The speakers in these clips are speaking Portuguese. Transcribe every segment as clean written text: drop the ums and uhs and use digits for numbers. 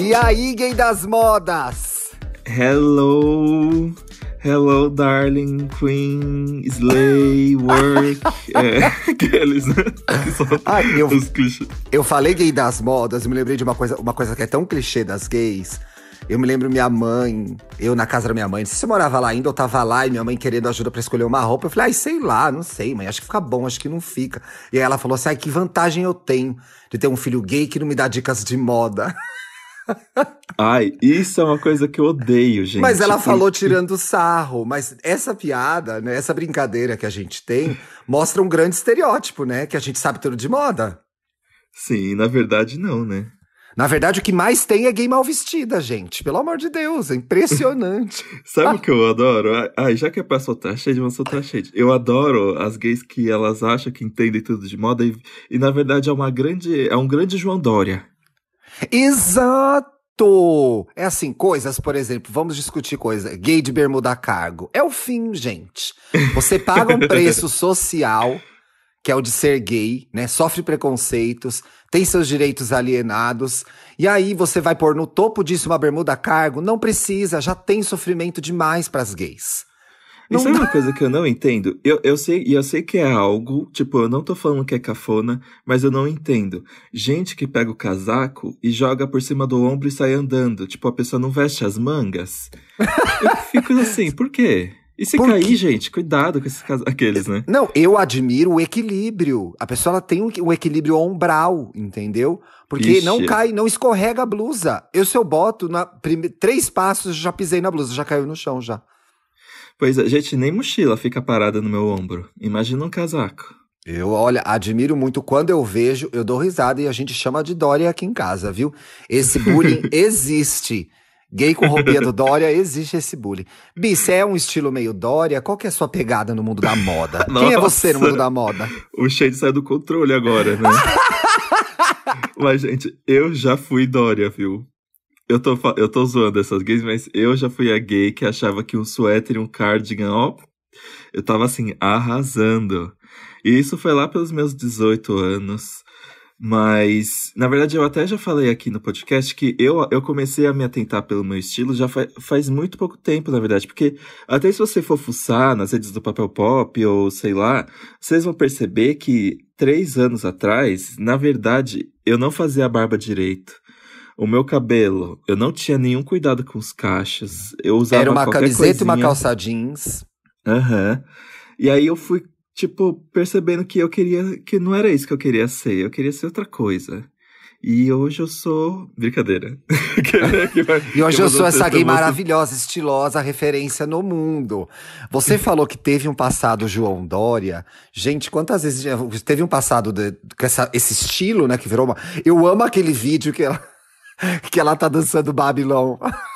E aí, gay das modas? Hello, hello, darling, queen, slay, work. Aqueles, né? Eu falei gay das modas e me lembrei de uma coisa que é tão clichê das gays. Eu me lembro minha mãe, eu na casa da minha mãe, não sei se eu morava lá ainda, eu tava lá e minha mãe querendo ajuda pra escolher uma roupa. Eu falei, sei lá, não sei, mãe, acho que fica bom, acho que não fica. E aí ela falou assim, que vantagem eu tenho de ter um filho gay que não me dá dicas de moda. Ai, isso é uma coisa que eu odeio, gente. Mas ela falou tirando sarro, mas essa piada, né, essa brincadeira que a gente tem, mostra um grande estereótipo, né, que a gente sabe tudo de moda. Sim, na verdade não, né? Na verdade, o que mais tem é gay mal vestida, gente. Pelo amor de Deus, é impressionante. Sabe o que eu adoro? Já que é pra soltar shade, vamos soltar shade. Eu adoro as gays que elas acham que entendem tudo de moda e na verdade é um grande João Dória. Exato! É assim, coisas, por exemplo, vamos discutir coisa. Gay de bermuda cargo. É o fim, gente. Você paga um preço social, que é o de ser gay, né? Sofre preconceitos, tem seus direitos alienados. E aí você vai pôr no topo disso uma bermuda cargo? Não precisa, já tem sofrimento demais pras gays. Isso é uma coisa que eu não entendo. Eu sei que é algo, tipo, eu não tô falando que é cafona, mas eu não entendo. Gente que pega o casaco e joga por cima do ombro e sai andando. Tipo, a pessoa não veste as mangas. Eu fico assim, por quê? E se cair, gente, cuidado com esses aqueles, né? Não, eu admiro o equilíbrio. A pessoa ela tem um equilíbrio ombral, entendeu? Porque não cai, não escorrega a blusa. Se eu boto 3 passos, já pisei na blusa, já caiu no chão, já. Pois é, gente, nem mochila fica parada no meu ombro. Imagina um casaco. Olha, admiro muito. Quando eu vejo, eu dou risada e a gente chama de Dória aqui em casa, viu? Esse bullying existe. Gay com roupinha do Dória, existe esse bullying. Bi, você é um estilo meio Dória? Qual que é a sua pegada no mundo da moda? Quem é você no mundo da moda? O shade sai do controle agora, né? Mas, gente, eu já fui Dória, viu? Eu tô zoando essas gays, mas eu já fui a gay que achava que um suéter e um cardigan, eu tava assim, arrasando. E isso foi lá pelos meus 18 anos. Mas, na verdade, eu até já falei aqui no podcast que eu comecei a me atentar pelo meu estilo já faz muito pouco tempo, na verdade. Porque até se você for fuçar nas redes do Papel Pop ou sei lá, vocês vão perceber que 3 anos atrás, na verdade, eu não fazia a barba direito. O meu cabelo, eu não tinha nenhum cuidado com os cachos. Eu usava era uma camiseta coisinha. E uma calça jeans. Aham. E aí eu fui, tipo, percebendo que que não era isso que eu queria ser. Eu queria ser outra coisa. E hoje eu sou... Brincadeira. E hoje eu sou essa gay maravilhosa, estilosa, referência no mundo. Você falou que teve um passado João Dória. Gente, quantas vezes teve um passado com esse estilo, né, que virou uma... Eu amo aquele vídeo que ela tá dançando Babylon.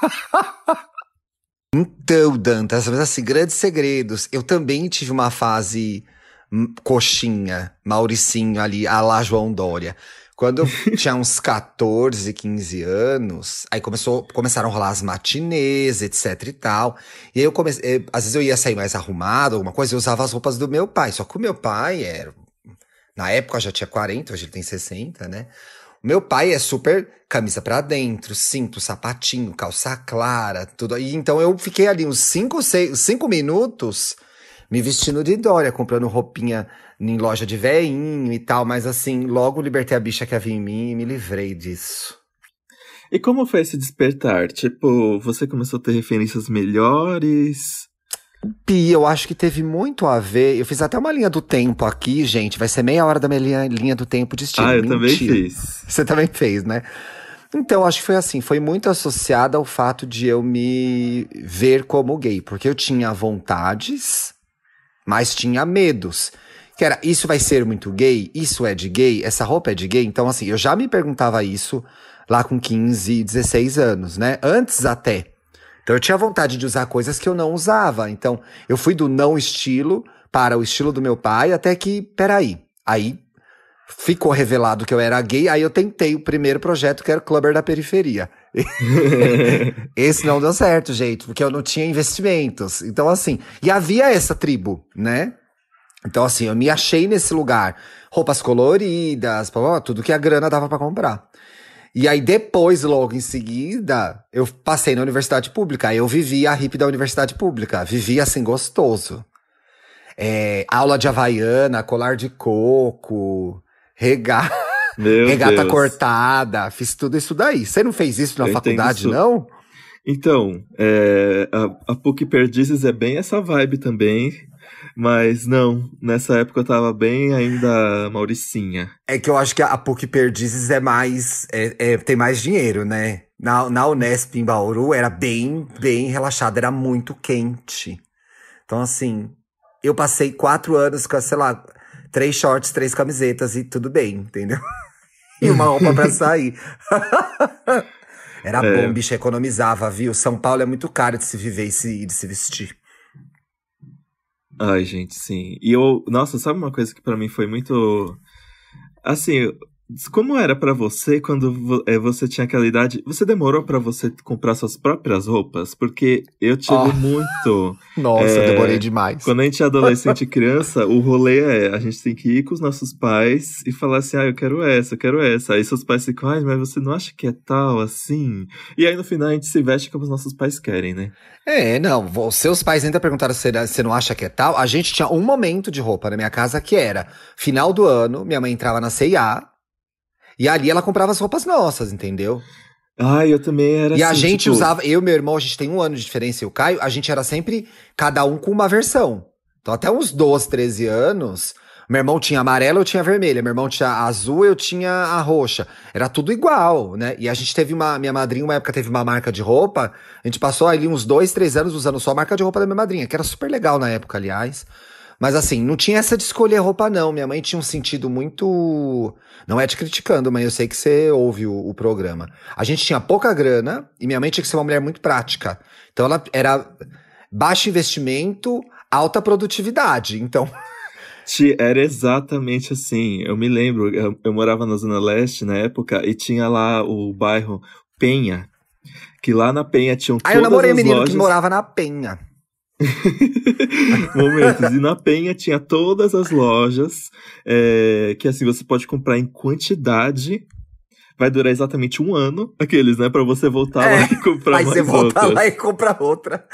Então, Dantas, mas assim, grandes segredos. Eu também tive uma fase coxinha, Mauricinho ali, à la João Dória. Quando eu tinha uns 14, 15 anos, aí começaram a rolar as matinês, etc e tal. E aí às vezes eu ia sair mais arrumado, alguma coisa, eu usava as roupas do meu pai. Só que o meu pai na época já tinha 40, hoje ele tem 60, né? Meu pai é super camisa pra dentro, cinto, sapatinho, calça clara, tudo. E então eu fiquei ali uns 5 minutos me vestindo de Dória, comprando roupinha em loja de veinho e tal. Mas assim, logo libertei a bicha que havia em mim e me livrei disso. E como foi esse despertar? Tipo, você começou a ter referências melhores? Pi, eu acho que teve muito a ver. Eu fiz até uma linha do tempo aqui, gente. Vai ser meia hora da minha linha do tempo de estilo. Eu também fiz. Você também fez, né? Então, acho que foi assim. Foi muito associado ao fato de eu me ver como gay. Porque eu tinha vontades, mas tinha medos. Que era, isso vai ser muito gay? Isso é de gay? Essa roupa é de gay? Então, assim, eu já me perguntava isso lá com 15, 16 anos, né? Antes até. Então eu tinha vontade de usar coisas que eu não usava. Então eu fui do não estilo para o estilo do meu pai, até que, peraí. Aí ficou revelado que eu era gay, aí eu tentei o primeiro projeto, que era o Clubber da Periferia. Esse não deu certo, gente, porque eu não tinha investimentos. Então assim, e havia essa tribo, né? Então assim, eu me achei nesse lugar. Roupas coloridas, tudo que a grana dava pra comprar. E aí depois, logo em seguida, eu passei na universidade pública. Aí eu vivi a hippie da universidade pública. Vivi assim, gostoso. Aula de Havaiana, colar de coco, Meu regata Deus. cortada. Fiz tudo isso daí. Você não fez isso na Eu entendo faculdade, isso. não? Então, a PUC Perdizes é bem essa vibe também. Mas não, nessa época eu tava bem ainda Mauricinha. É que eu acho que a PUC Perdizes é mais. Tem mais dinheiro, né? Na Unesp em Bauru era bem, bem relaxado, era muito quente. Então, assim, eu passei 4 anos com, sei lá, 3 shorts, 3 camisetas e tudo bem, entendeu? E uma roupa pra sair. Era bom, É, bicho, economizava, viu? São Paulo é muito caro de se viver e de se vestir. ai, gente, sim. E eu, nossa, sabe uma coisa que pra mim foi muito. Assim, como era pra você quando você tinha aquela idade? Você demorou pra você comprar suas próprias roupas? Porque eu tive Ó, muito. nossa, eu demorei é, demais. Quando a gente é adolescente e criança, o rolê a gente tem que ir com os nossos pais e falar assim, eu quero essa, eu quero essa. Aí seus pais ficam, ai, mas você não acha que é tal, assim? E aí no final a gente se veste como os nossos pais querem, né? Não, os seus pais ainda perguntaram se você não acha que é tal. A gente tinha um momento de roupa na minha casa que era final do ano, minha mãe entrava na C&A e ali ela comprava as roupas nossas, entendeu? Ai, eu também era E a assim, gente tipo, usava, eu e meu irmão, a gente tem 1 ano de diferença e o Caio, a gente era sempre cada um com uma versão. Então até uns 12, 13 anos, meu irmão tinha amarela, eu tinha vermelha, meu irmão tinha azul, eu tinha a roxa. Era tudo igual, né? E a gente teve minha madrinha, uma época teve uma marca de roupa, a gente passou ali uns 2, 3 anos usando só a marca de roupa da minha madrinha, que era super legal na época, aliás. Mas assim, não tinha essa de escolher roupa, não. Minha mãe tinha um sentido muito. Não é te criticando, mas eu sei que você ouve o programa. A gente tinha pouca grana e minha mãe tinha que ser uma mulher muito prática. Então ela era baixo investimento, alta produtividade. Então, Era exatamente assim. Eu me lembro, eu morava na Zona Leste na época e tinha lá o bairro Penha, que lá na Penha tinham aí eu todas namorei um as menino que lojas. morava na Penha. Momentos. E na Penha tinha todas as lojas que assim você pode comprar em quantidade. Vai durar exatamente 1 ano, aqueles, né? Pra você voltar lá É, e comprar aí você mais volta lá e outras. compra outra.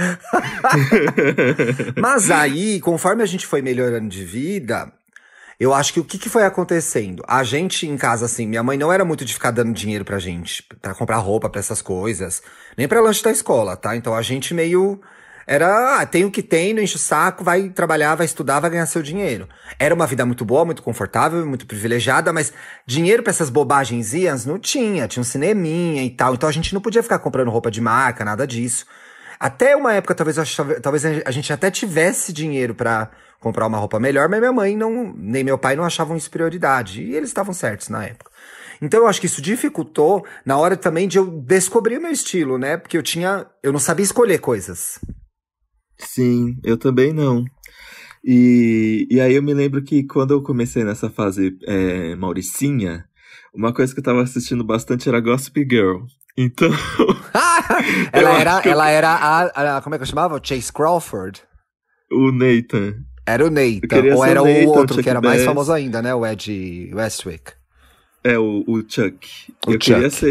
Mas aí, conforme a gente foi melhorando de vida, eu acho que o que foi acontecendo? A gente em casa, assim, minha mãe não era muito de ficar dando dinheiro pra gente, pra comprar roupa, pra essas coisas, nem pra lanche da escola, tá? Então a gente meio. Era, tem o que tem, não enche o saco, vai trabalhar, vai estudar, vai ganhar seu dinheiro. Era uma vida muito boa, muito confortável, muito privilegiada, mas dinheiro pra essas bobagenzinhas não tinha. Tinha um cineminha e tal. Então a gente não podia ficar comprando roupa de marca, nada disso. Até uma época, talvez a gente até tivesse dinheiro pra comprar uma roupa melhor, mas minha mãe não, nem meu pai não achavam isso prioridade. E eles estavam certos na época. Então eu acho que isso dificultou na hora também de eu descobrir o meu estilo, né? Porque eu não sabia escolher coisas. Sim, eu também não. E aí eu me lembro que quando eu comecei nessa fase Mauricinha, uma coisa que eu tava assistindo bastante era Gossip Girl. Então, eu acho que Ela era como é que eu chamava? O Chase Crawford? o Nathan. Era o Eu Nathan. queria Ou ser o era o Nathan, o outro que Chuck era mais famoso Bass. ainda, né? O Ed Westwick. O Chuck. O Eu queria Chuck. ser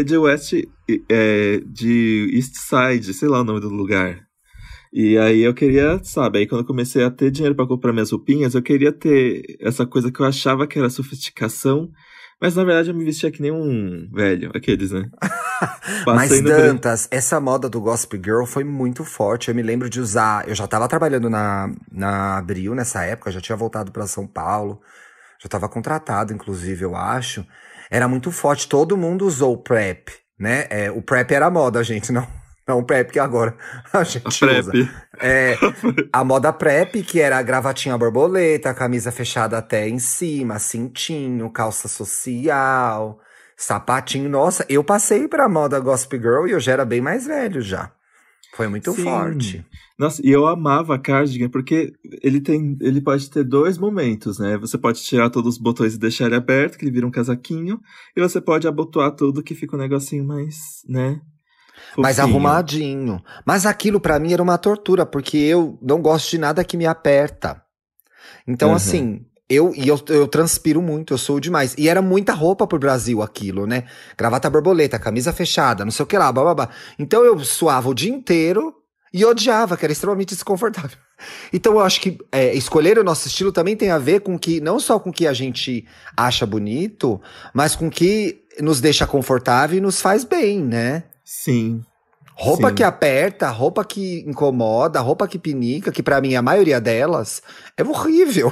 de East Side, sei lá o nome do lugar. E aí eu queria, sabe, aí quando eu comecei a ter dinheiro pra comprar minhas roupinhas, eu queria ter essa coisa que eu achava que era sofisticação, mas na verdade eu me vestia que nem um velho, aqueles, né? Mas Passei no Brasil. Dantas, essa moda do Gossip Girl foi muito forte. Eu me lembro de usar. Eu já tava trabalhando na Abril nessa época, já tinha voltado pra São Paulo. Já tava contratado, inclusive, eu acho. Era muito forte. Todo mundo usou o prep, né? O prep era a moda, gente, não. Não o prep que agora a A gente prep. usa. É, a moda prep, que era a gravatinha borboleta, a camisa fechada até em cima, cintinho, calça social, sapatinho. Nossa, eu passei pra moda Gossip Girl e eu já era bem mais velho já. Foi muito Sim. forte. Nossa, e eu amava a cardigan porque ele pode ter 2 momentos, né? Você pode tirar todos os botões e deixar ele aberto, que ele vira um casaquinho, e você pode abotoar tudo que fica um negocinho mais, né, Mais fofinho. arrumadinho. Mas aquilo pra mim era uma tortura, porque eu não gosto de nada que me aperta. Então, Aham. assim, Eu transpiro muito, eu sou demais. E era muita roupa pro Brasil aquilo, né? Gravata borboleta, camisa fechada, não sei o que lá, bababá. Então eu suava o dia inteiro e odiava, que era extremamente desconfortável. Então eu acho que escolher o nosso estilo também tem a ver com que, não só com o que a gente acha bonito, mas com o que nos deixa confortável e nos faz bem, né? Sim. Roupa Sim. que aperta, roupa que incomoda, roupa que pinica, que pra mim a maioria delas é horrível.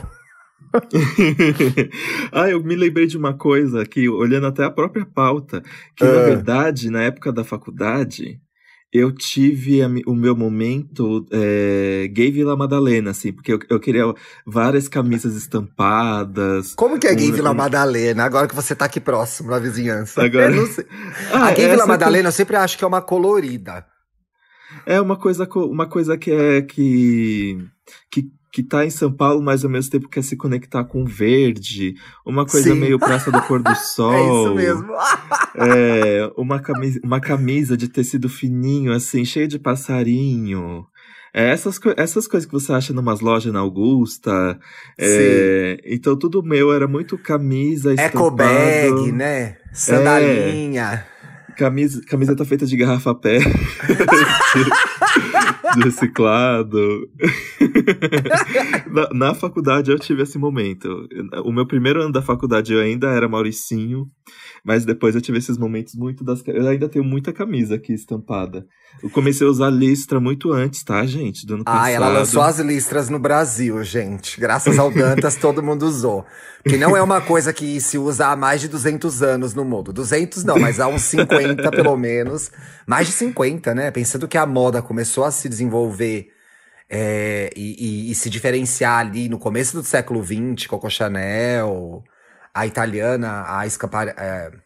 Eu me lembrei de uma coisa aqui, olhando até a própria pauta, que na verdade, na época da faculdade, eu tive o meu momento gay Vila Madalena, assim, porque eu queria várias camisas estampadas. Como que é gay Vila Madalena, agora que você tá aqui próximo, na vizinhança? Agora... Eu não sei. A gay Vila Madalena eu sempre acho que é uma colorida. É uma coisa que tá em São Paulo, mas ao mesmo tempo quer se conectar com o verde. Uma coisa Sim. meio Praça do Pôr do Sol. É isso mesmo. Uma camisa de tecido fininho, assim, cheio de passarinho. Essas coisas que você acha numas lojas na Augusta. Então tudo meu era muito camisa, estampado. Ecobag, né? Sandalinha. Camiseta feita de garrafa pé. de reciclado. na faculdade eu tive esse momento. O meu primeiro ano da faculdade eu ainda era Mauricinho, mas depois eu tive esses momentos muito eu ainda tenho muita camisa aqui estampada. Eu comecei a usar listra muito antes, tá, gente? Do ano passado. Ela lançou as listras no Brasil, gente. Graças ao Dantas, todo mundo usou. Que não é uma coisa que se usa há mais de 200 anos no mundo. 200 não, mas há uns 50 pelo menos. Mais de 50, né? Pensando que a moda começou a se desenvolver e se diferenciar ali no começo do século XX, Coco Chanel, a italiana, a Scamparini.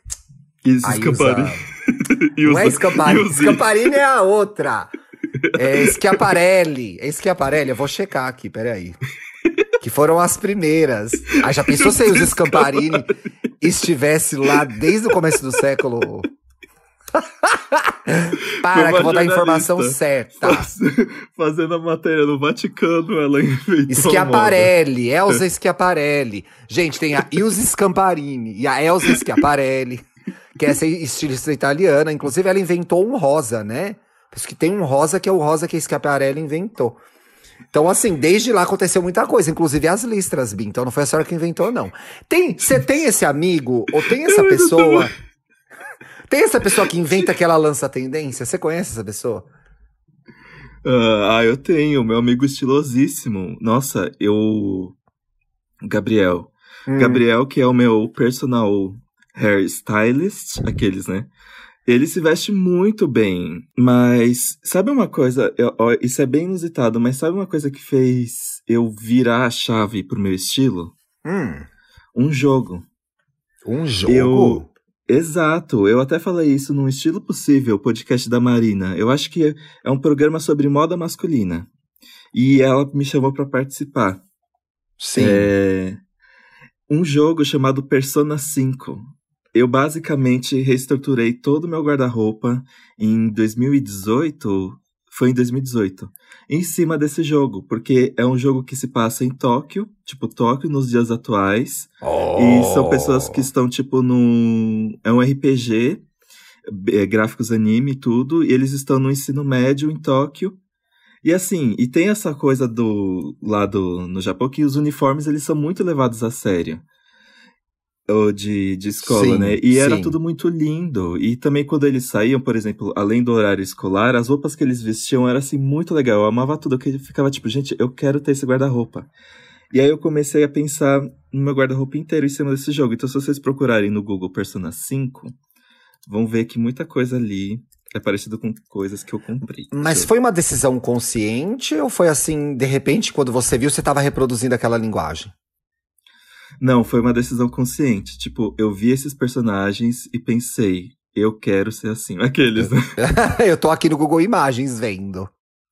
Não é Scamparini, Scamparini é a outra. É Schiaparelli. É Schiaparelli, eu vou checar aqui, peraí. Que foram as primeiras. Já pensou se o Scamparini estivesse lá desde o começo do século? Para, que eu vou dar a informação certa. Fazendo a matéria no Vaticano, ela inventou Schiaparelli, Elsa Schiaparelli. Gente, tem a Ilse Scamparini e a Elsa Schiaparelli, que é essa estilista italiana. Inclusive, ela inventou um rosa, né? Por isso que tem um rosa, que é o rosa que a Schiaparelli inventou. Então, assim, desde lá aconteceu muita coisa, inclusive as listras, Bi. Então não foi a senhora que inventou, não. Você tem esse amigo, ou tem essa pessoa... Tem essa pessoa que inventa que ela lança tendência? Você conhece essa pessoa? Eu tenho, meu amigo estilosíssimo. Nossa, Gabriel. Gabriel, que é o meu personal hairstylist, aqueles, né? Ele se veste muito bem, mas sabe uma coisa? Isso é bem inusitado, mas sabe uma coisa que fez eu virar a chave pro meu estilo? Um jogo. Um jogo? Exato, eu até falei isso num Estilo Possível, podcast da Marina. Eu acho que é um programa sobre moda masculina. E ela me chamou pra participar. Sim. Um jogo chamado Persona 5. Eu basicamente reestruturei todo o meu guarda-roupa em 2018. Foi em 2018. Em cima desse jogo, porque é um jogo que se passa em Tóquio, tipo Tóquio nos dias atuais. E são pessoas que estão, tipo, é um RPG, gráficos anime e tudo, e eles estão no ensino médio em Tóquio. E assim, e tem essa coisa no Japão, que os uniformes, eles são muito levados a sério. De escola, né? E era tudo muito lindo. E também quando eles saíam, por exemplo, além do horário escolar, as roupas que eles vestiam era assim muito legal. Eu amava tudo. Eu ficava tipo, gente, eu quero ter esse guarda-roupa. E aí eu comecei a pensar no meu guarda-roupa inteiro em cima desse jogo. Então se vocês procurarem no Google Persona 5, vão ver que muita coisa ali é parecido com coisas que eu comprei. Mas foi uma decisão consciente ou foi assim, de repente, quando você viu, você estava reproduzindo aquela linguagem? Não, foi uma decisão consciente. Tipo, eu vi esses personagens e pensei, eu quero ser assim. Aqueles, né? Eu tô aqui no Google Imagens vendo.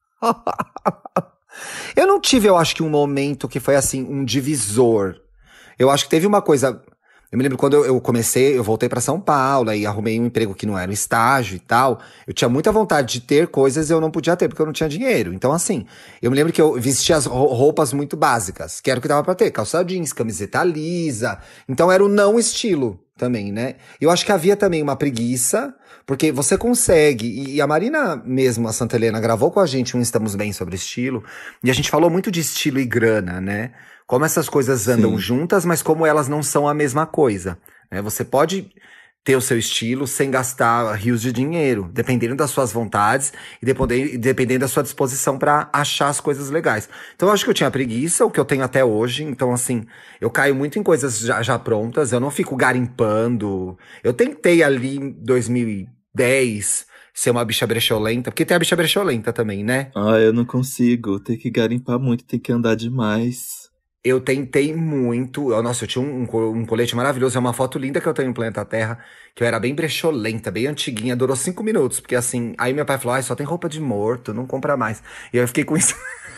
Eu não tive, eu acho que um momento que foi assim, um divisor. Eu acho que teve uma coisa... Eu me lembro quando eu comecei, eu voltei pra São Paulo, aí arrumei um emprego que não era um estágio e tal. Eu tinha muita vontade de ter coisas e eu não podia ter, porque eu não tinha dinheiro. Então, assim, eu me lembro que eu vestia as roupas muito básicas, que era o que dava pra ter. Calça jeans, camiseta lisa. Então era o não estilo também, né? Eu acho que havia também uma preguiça, porque você consegue, e a Marina mesmo, a Santa Helena, gravou com a gente um Estamos Bem sobre estilo, e a gente falou muito de estilo e grana, né? Como essas coisas andam Sim. juntas, mas como elas não são a mesma coisa, né? Você pode ter o seu estilo sem gastar rios de dinheiro, dependendo das suas vontades e dependendo da sua disposição pra achar as coisas legais. Então eu acho que eu tinha preguiça, o que eu tenho até hoje. Então assim, eu caio muito em coisas já prontas, eu não fico garimpando. Eu tentei ali em 2010 ser uma bicha brecholenta, porque tem a bicha brecholenta também, né? Ah, eu não consigo. Tem que garimpar muito, tem que andar demais. Eu tentei muito. Nossa, eu tinha um colete maravilhoso. É uma foto linda que eu tenho em Planeta Terra. Que eu era bem brecholenta, bem antiguinha. Durou 5 minutos. Porque assim, aí meu pai falou: ai, só tem roupa de morto, não compra mais. E aí eu fiquei com isso.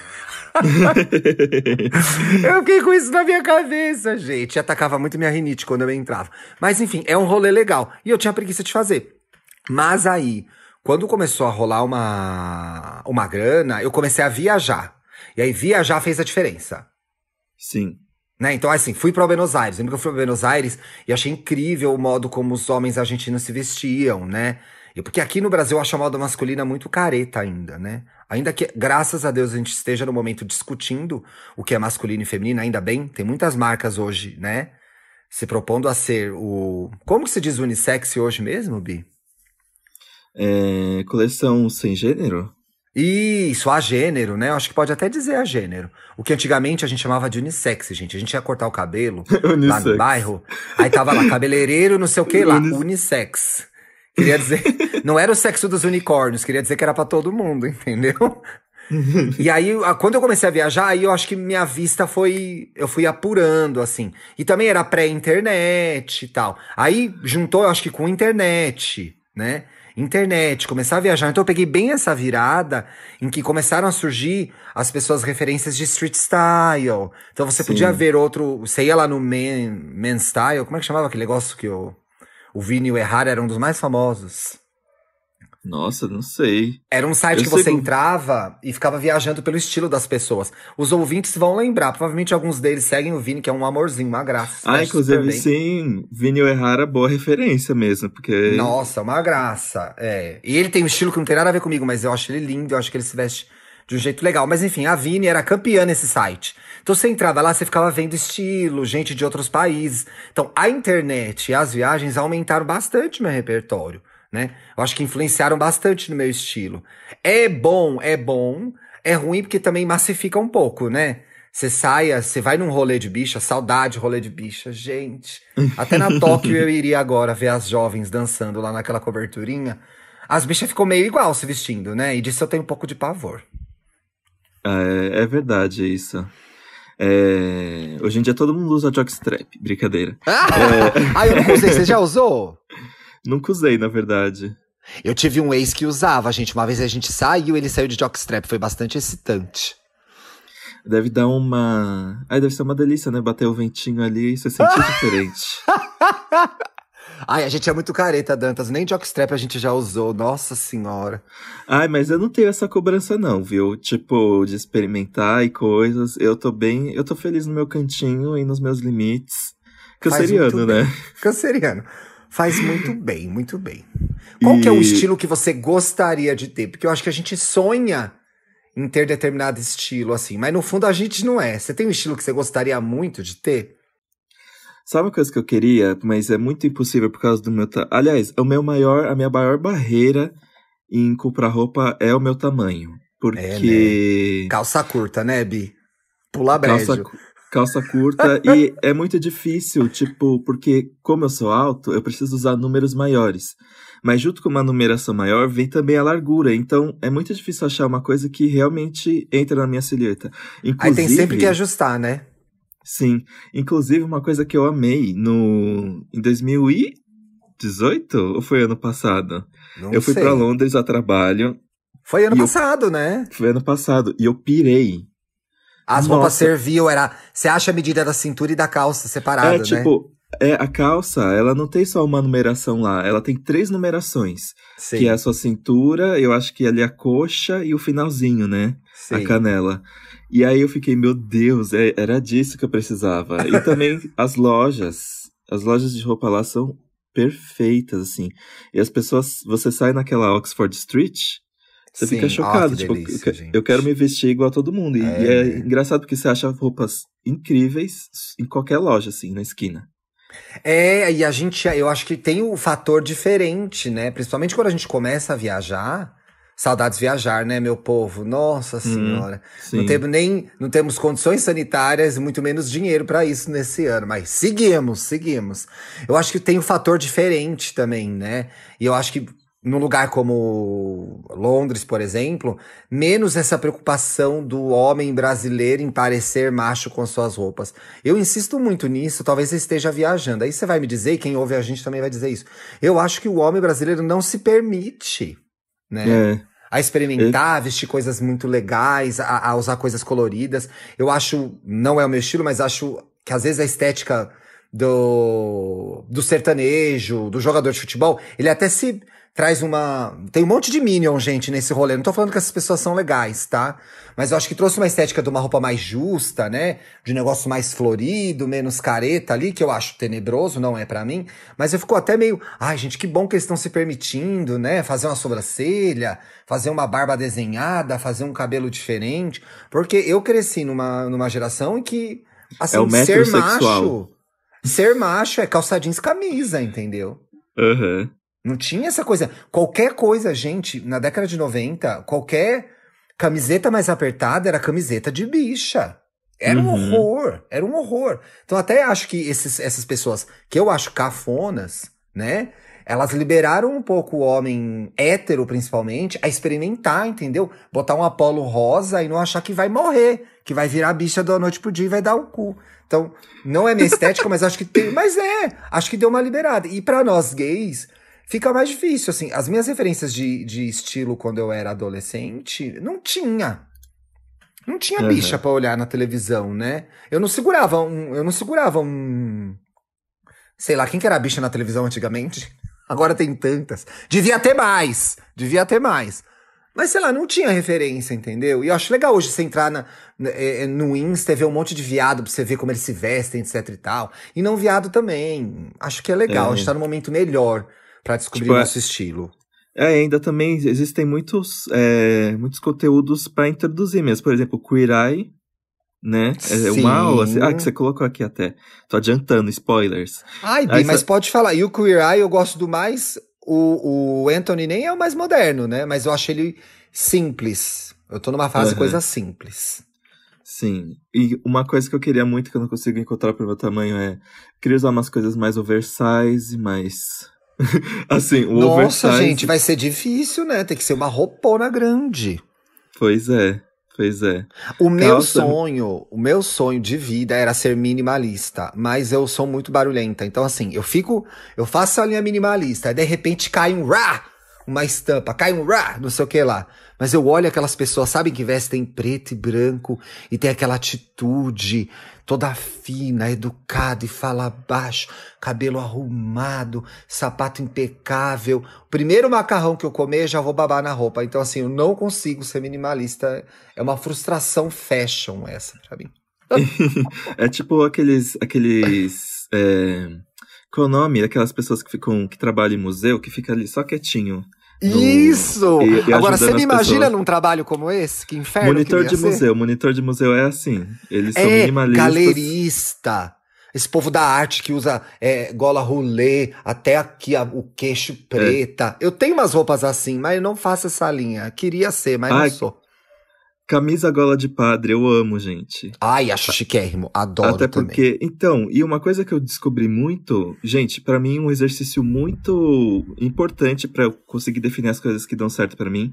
Eu fiquei com isso na minha cabeça, gente. E atacava muito minha rinite quando eu entrava. Mas enfim, é um rolê legal. E eu tinha preguiça de fazer. Mas aí, quando começou a rolar uma grana, eu comecei a viajar. E aí viajar fez a diferença. Sim. Né? Então, assim, fui pra Buenos Aires. Lembro que eu fui pra Buenos Aires e achei incrível o modo como os homens argentinos se vestiam, né? E porque aqui no Brasil eu acho a moda masculina muito careta ainda, né? Ainda que, graças a Deus, a gente esteja no momento discutindo o que é masculino e feminino, ainda bem, tem muitas marcas hoje, né? Se propondo a ser o... Como que se diz unissex hoje mesmo, Bi? Coleção sem gênero? Isso, a gênero, né? Eu acho que pode até dizer a gênero. O que antigamente a gente chamava de unissex, gente. A gente ia cortar o cabelo lá no Unissex. bairro, aí tava lá, cabeleireiro, não sei o que lá, Unis- unissex. Queria dizer, não era o sexo dos unicórnios, queria dizer que era pra todo mundo, entendeu? E aí, quando eu comecei a viajar, aí eu acho que minha vista foi... Eu fui apurando, assim. E também era pré-internet e tal. Aí juntou, eu acho que com internet, né? Internet, começar a viajar. Então eu peguei bem essa virada em que começaram a surgir as pessoas referências de street style. Então você podia Sim. ver outro... Você ia lá no Man Style, como é que chamava aquele negócio que o Vini e o Errara eram um dos mais famosos? Nossa, não sei. Era um site Eu que sei você entrava e ficava viajando pelo estilo das pessoas. Os ouvintes vão lembrar, provavelmente alguns deles seguem o Vini, que é um amorzinho, uma graça. Ah, Veste super inclusive, bem. sim, Vini Errara, boa referência mesmo, porque... Nossa, uma graça. É. E ele tem um estilo que não tem nada a ver comigo, mas eu acho ele lindo, eu acho que ele se veste de um jeito legal. Mas enfim, a Vini era campeã nesse site. Então você entrava lá, você ficava vendo estilo, gente de outros países. Então a internet e as viagens aumentaram bastante meu repertório, né? Eu acho que influenciaram bastante no meu estilo. É bom, é bom. É ruim porque também massifica um pouco, né? Você vai num rolê de bicha, saudade de rolê de bicha, gente. Até na Tóquio eu iria agora ver as jovens dançando lá naquela coberturinha. As bichas ficam meio igual se vestindo, né? E disso eu tenho um pouco de pavor. É verdade isso. Hoje em dia todo mundo usa jockstrap, brincadeira. Ah, eu não usei, você já usou? Nunca usei, na verdade. Eu tive um ex que usava, gente. Uma vez a gente saiu, ele saiu de jockstrap. Foi bastante excitante. Deve dar uma... deve ser uma delícia, né? Bater o ventinho ali e se sentir diferente. Ai, a gente é muito careta, Dantas. Nem jockstrap a gente já usou. Nossa senhora. Ai, mas eu não tenho essa cobrança não, viu? Tipo, de experimentar e coisas. Eu tô feliz no meu cantinho e nos meus limites. Canceriano, né? Canceriano. Faz muito bem, muito bem. Qual que é o estilo que você gostaria de ter? Porque eu acho que a gente sonha em ter determinado estilo, assim. Mas no fundo a gente não é. Você tem um estilo que você gostaria muito de ter? Sabe uma coisa que eu queria, mas é muito impossível por causa do meu... Aliás, a minha maior barreira em comprar roupa é o meu tamanho. Porque... Né? Calça curta, né, Bi? Pula brejo. Calça curta e é muito difícil, tipo, porque como eu sou alto, eu preciso usar números maiores. Mas junto com uma numeração maior, vem também a largura. Então, é muito difícil achar uma coisa que realmente entra na minha silhueta. Aí tem sempre que ajustar, né? Sim. Inclusive, uma coisa que eu amei em 2018? Ou foi ano passado? Eu fui pra Londres a trabalho. Foi ano passado, né? Foi ano passado. E eu pirei. As roupas serviam, você acha a medida da cintura e da calça separada, tipo, a calça, ela não tem só uma numeração lá, ela tem 3 numerações. Sim. Que é a sua cintura, eu acho que ali a coxa e o finalzinho, né? Sim. A canela. E aí eu fiquei, meu Deus, era disso que eu precisava. E também as lojas de roupa lá são perfeitas, assim. E as pessoas, você sai naquela Oxford Street, você Sim. fica chocado. Que Tipo, delícia, gente. eu quero me vestir igual a todo mundo. E é né? engraçado porque você acha roupas incríveis em qualquer loja, assim, na esquina. E eu acho que tem um fator diferente, né? Principalmente quando a gente começa a viajar. Saudades viajar, né, meu povo? Nossa Senhora. Não temos condições sanitárias, muito menos dinheiro pra isso nesse ano. Mas seguimos. Eu acho que tem um fator diferente também, né? E eu acho que num lugar como Londres, por exemplo, menos essa preocupação do homem brasileiro em parecer macho com suas roupas. Eu insisto muito nisso, talvez você esteja viajando. Aí você vai me dizer, e quem ouve a gente também vai dizer isso. Eu acho que o homem brasileiro não se permite, né? A experimentar, a vestir coisas muito legais, a usar coisas coloridas. Eu acho, não é o meu estilo, mas acho que às vezes a estética do sertanejo, do jogador de futebol, ele até se traz tem um monte de Minion, gente, nesse rolê. Não tô falando que essas pessoas são legais, tá? Mas eu acho que trouxe uma estética de uma roupa mais justa, né? De um negócio mais florido, menos careta ali, que eu acho tenebroso, não é pra mim. Mas eu fico até meio, ai, gente, que bom que eles estão se permitindo, né? Fazer uma sobrancelha, fazer uma barba desenhada, fazer um cabelo diferente. Porque eu cresci numa geração em que, assim, o metrosexual. Ser macho é calça jeans, camisa, entendeu? Uhum. Não tinha essa coisa. Qualquer coisa, gente, na década de 90, qualquer camiseta mais apertada era camiseta de bicha. Era um horror. Então até acho que essas pessoas, que eu acho cafonas, né? Elas liberaram um pouco o homem hétero, principalmente, a experimentar, entendeu? Botar um Apollo rosa e não achar que vai morrer, que vai virar bicha da noite pro dia e vai dar o cu. Então, não é minha estética, mas acho que tem. Mas acho que deu uma liberada. E pra nós gays, fica mais difícil, assim. As minhas referências de estilo quando eu era adolescente, não tinha. Não tinha bicha pra olhar na televisão, né? Eu não segurava um... Sei lá, quem que era a bicha na televisão antigamente? Agora tem tantas. Devia ter mais. Mas, sei lá, não tinha referência, entendeu? E eu acho legal hoje você entrar no Insta e ver um monte de viado pra você ver como eles se vestem, etc e tal. E não viado também. Acho que é legal. A gente tá num momento melhor pra descobrir nosso estilo. Ainda também existem muitos conteúdos pra introduzir mesmo. Por exemplo, Queer Eye, né? É uma aula. Que você colocou aqui até. Tô adiantando, spoilers. Ai, Bi, mas pode falar. E o Queer Eye eu gosto do mais... O Anthony nem é o mais moderno, né? Mas eu acho ele simples. Eu tô numa fase coisa simples. Sim. E uma coisa que eu queria muito, que eu não consigo encontrar pro meu tamanho, queria usar umas coisas mais oversize, mais... assim, o oversize... Nossa, gente, vai ser difícil, né? Tem que ser uma roupona grande. Pois é. O meu sonho de vida era ser minimalista, mas eu sou muito barulhenta. Então, assim, eu faço a linha minimalista, aí de repente cai uma estampa, não sei o que lá. Mas eu olho aquelas pessoas, sabem, que vestem preto e branco e tem aquela atitude toda fina, educada e fala baixo, cabelo arrumado, sapato impecável. Primeiro macarrão que eu comer, já vou babar na roupa. Então, assim, eu não consigo ser minimalista. É uma frustração fashion essa pra mim. É tipo aqueles qual é o nome? Aquelas pessoas que trabalham em museu, que fica ali só quietinho. Isso! E agora, você me imagina num trabalho como esse? Que inferno. Monitor de museu é assim. Eles são minimalistas. Galerista. Esse povo da arte que usa gola rolê, até aqui o queixo preta. Eu tenho umas roupas assim, mas eu não faço essa linha. Queria ser, mas não sou. Camisa gola de padre, eu amo, gente. Ai, acho chiquérrimo, adoro até também. Porque, então, e uma coisa que eu descobri muito, gente, pra mim um exercício muito importante pra eu conseguir definir as coisas que dão certo pra mim,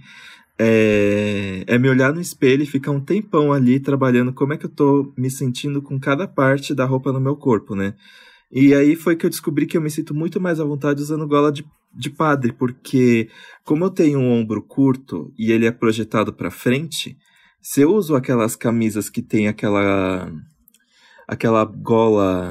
é me olhar no espelho e ficar um tempão ali trabalhando como é que eu tô me sentindo com cada parte da roupa no meu corpo, né? E aí foi que eu descobri que eu me sinto muito mais à vontade usando gola de padre, porque como eu tenho um ombro curto e ele é projetado pra frente, se eu uso aquelas camisas que tem aquela gola,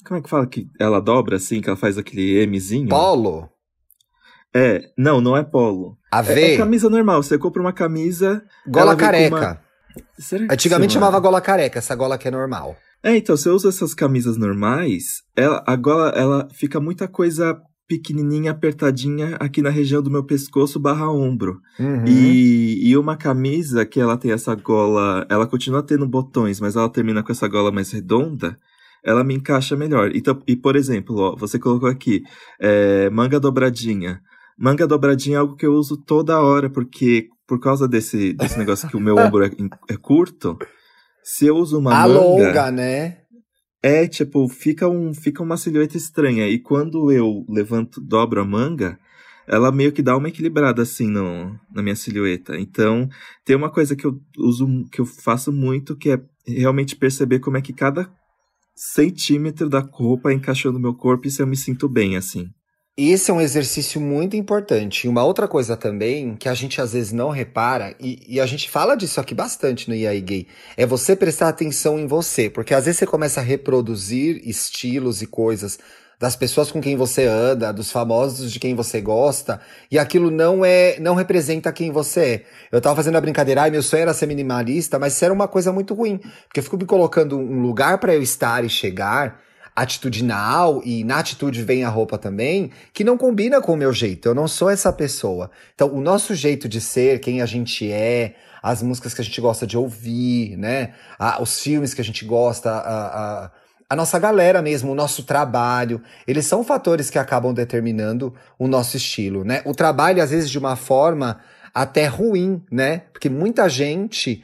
Como é que fala que ela dobra assim, que ela faz aquele Mzinho? Polo? Não é polo. É AV? camisa normal, você compra uma camisa... Gola ela vem com careca. Será que Antigamente chama? chamava gola careca, essa gola aqui é normal. Então, você usa essas camisas normais, a gola, ela fica muita coisa pequenininha, apertadinha aqui na região do meu pescoço / ombro. Uhum. E uma camisa que ela tem essa gola, ela continua tendo botões, mas ela termina com essa gola mais redonda, ela me encaixa melhor. Então, e, por exemplo, ó, você colocou aqui, manga dobradinha. Manga dobradinha é algo que eu uso toda hora, porque por causa desse negócio que o meu ombro é curto, se eu uso uma Alonga, manga... né? tipo, fica uma silhueta estranha. E quando eu levanto, dobro a manga, ela meio que dá uma equilibrada assim na minha silhueta. Então, tem uma coisa que eu uso, que eu faço muito, que é realmente perceber como é que cada centímetro da roupa encaixou no meu corpo e se eu me sinto bem, assim. Esse é um exercício muito importante. E uma outra coisa também, que a gente às vezes não repara, e a gente fala disso aqui bastante no E aí Gay, é você prestar atenção em você. Porque às vezes você começa a reproduzir estilos e coisas das pessoas com quem você anda, dos famosos de quem você gosta, e aquilo não representa quem você é. Eu tava fazendo a brincadeira, meu sonho era ser minimalista, mas isso era uma coisa muito ruim. Porque eu fico me colocando um lugar pra eu estar e chegar... atitudinal, e na atitude vem a roupa também, que não combina com o meu jeito. Eu não sou essa pessoa. Então, o nosso jeito de ser, quem a gente é, as músicas que a gente gosta de ouvir, né? Os filmes que a gente gosta, a nossa galera mesmo, o nosso trabalho, eles são fatores que acabam determinando o nosso estilo, né? O trabalho, às vezes, de uma forma até ruim, né? Porque muita gente...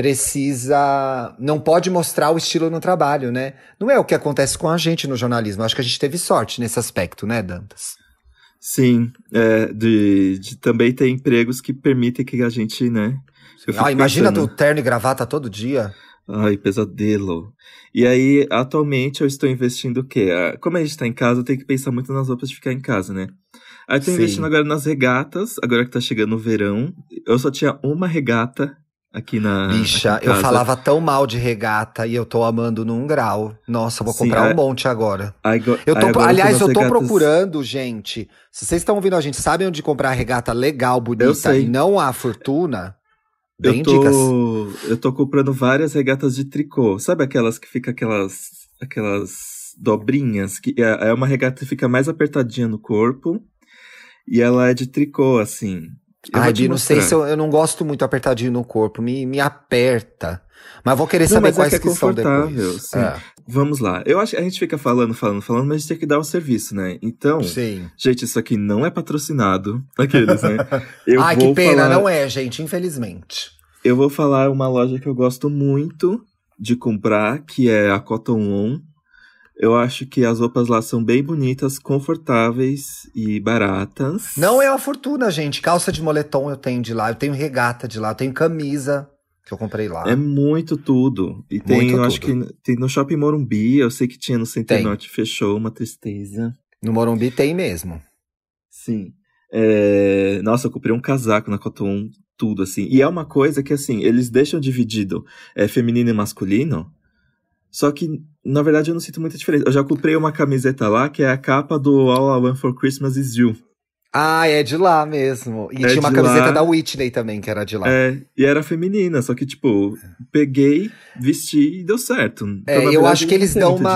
não pode mostrar o estilo no trabalho, né? Não é o que acontece com a gente no jornalismo. Acho que a gente teve sorte nesse aspecto, né, Dantas? Sim, de também ter empregos que permitem que a gente, né? Imagina o terno e gravata todo dia. Ai, pesadelo. E aí, atualmente, eu estou investindo o quê? Como a gente tá em casa, eu tenho que pensar muito nas roupas de ficar em casa, né? Aí eu tô investindo agora nas regatas, agora que tá chegando o verão. Eu só tinha uma regata aqui Bicha, aqui em eu casa. falava tão mal de regata e eu tô amando num grau. Nossa, eu vou comprar um monte agora. Aliás, eu tô procurando, gente. Se vocês estão ouvindo a gente, sabem onde comprar regata legal, bonita e não a fortuna? Bem dicas. Eu tô comprando várias regatas de tricô. Sabe aquelas que fica aquelas dobrinhas? Que é uma regata que fica mais apertadinha no corpo. E ela é de tricô, assim. Ai, Bi, não sei se eu não gosto muito apertadinho no corpo, me aperta. Mas vou querer saber quais que são depois. Sim. Vamos lá. Eu acho que a gente fica falando, mas a gente tem que dar o serviço, né? Então, gente, isso aqui não é patrocinado. Aqueles, né? Ai, que pena, não é, gente, infelizmente. Eu vou falar uma loja que eu gosto muito de comprar, que é a Cotton On. Eu acho que as roupas lá são bem bonitas, confortáveis e baratas. Não é uma fortuna, gente. Calça de moletom eu tenho de lá, eu tenho regata de lá, eu tenho camisa que eu comprei lá. É muito tudo. E tem, eu acho que tem no Shopping Morumbi, eu sei que tinha no Center Norte, fechou, uma tristeza. No Morumbi tem mesmo. Sim. Nossa, eu comprei um casaco na Cotton On, tudo assim. E é uma coisa que, assim, eles deixam dividido feminino e masculino. Só que, na verdade, eu não sinto muita diferença. Eu já comprei uma camiseta lá, que é a capa do All I Want for Christmas Is You. Ah, é de lá mesmo. E tinha uma camiseta da Whitney também, que era de lá. E era feminina, só que, tipo, peguei, vesti e deu certo. Então, eu acho que eles dão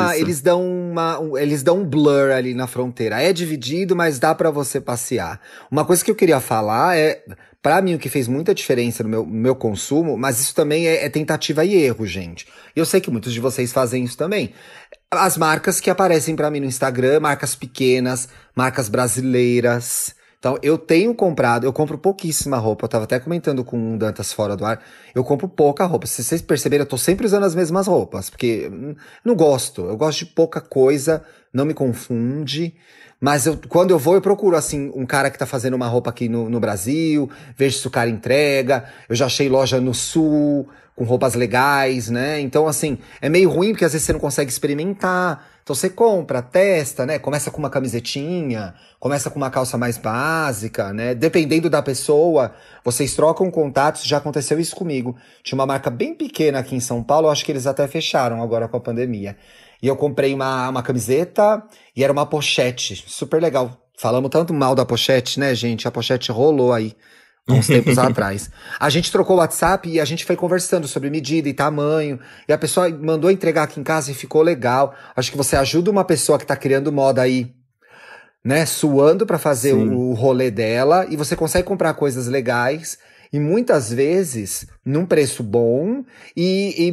um blur ali na fronteira. É dividido, mas dá pra você passear. Uma coisa que eu queria falar pra mim, o que fez muita diferença no meu consumo, mas isso também é tentativa e erro, gente. Eu sei que muitos de vocês fazem isso também. As marcas que aparecem pra mim no Instagram, marcas pequenas, marcas brasileiras. Então, eu compro pouquíssima roupa. Eu tava até comentando com o Dantas fora do ar. Eu compro pouca roupa. Se vocês perceberem, eu tô sempre usando as mesmas roupas. Porque não gosto. Eu gosto de pouca coisa, não me confunde. Mas quando eu vou, eu procuro, assim, um cara que tá fazendo uma roupa aqui no Brasil, vejo se o cara entrega. Eu já achei loja no Sul, com roupas legais, né? Então, assim, é meio ruim, porque às vezes você não consegue experimentar. Então você compra, testa, né? Começa com uma camisetinha, começa com uma calça mais básica, né? Dependendo da pessoa, vocês trocam contatos, já aconteceu isso comigo. Tinha uma marca bem pequena aqui em São Paulo, acho que eles até fecharam agora com a pandemia. E eu comprei uma camiseta e era uma pochete. Super legal. Falamos tanto mal da pochete, né, gente? A pochete rolou aí, há uns tempos atrás. A gente trocou o WhatsApp e a gente foi conversando sobre medida e tamanho. E a pessoa mandou entregar aqui em casa e ficou legal. Acho que você ajuda uma pessoa que tá criando moda aí, né, suando pra fazer Sim. o rolê dela. E você consegue comprar coisas legais. E muitas vezes num preço bom e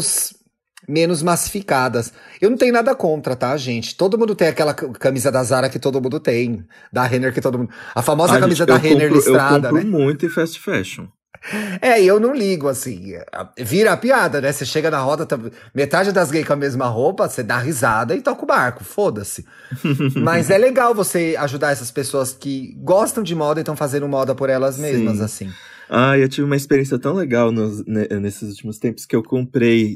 menos massificadas. Eu não tenho nada contra, tá, gente? Todo mundo tem aquela camisa da Zara que todo mundo tem, da Renner que todo mundo... A famosa camisa Gente, da Renner listrada, eu compro né? muito em fast fashion. E eu não ligo, assim. Vira a piada, né? Você chega na roda, metade das gays com a mesma roupa, você dá risada e toca o barco, foda-se. Mas é legal você ajudar essas pessoas que gostam de moda e estão fazendo moda por elas mesmas, Sim. assim. Eu tive uma experiência tão legal nesses últimos tempos que eu comprei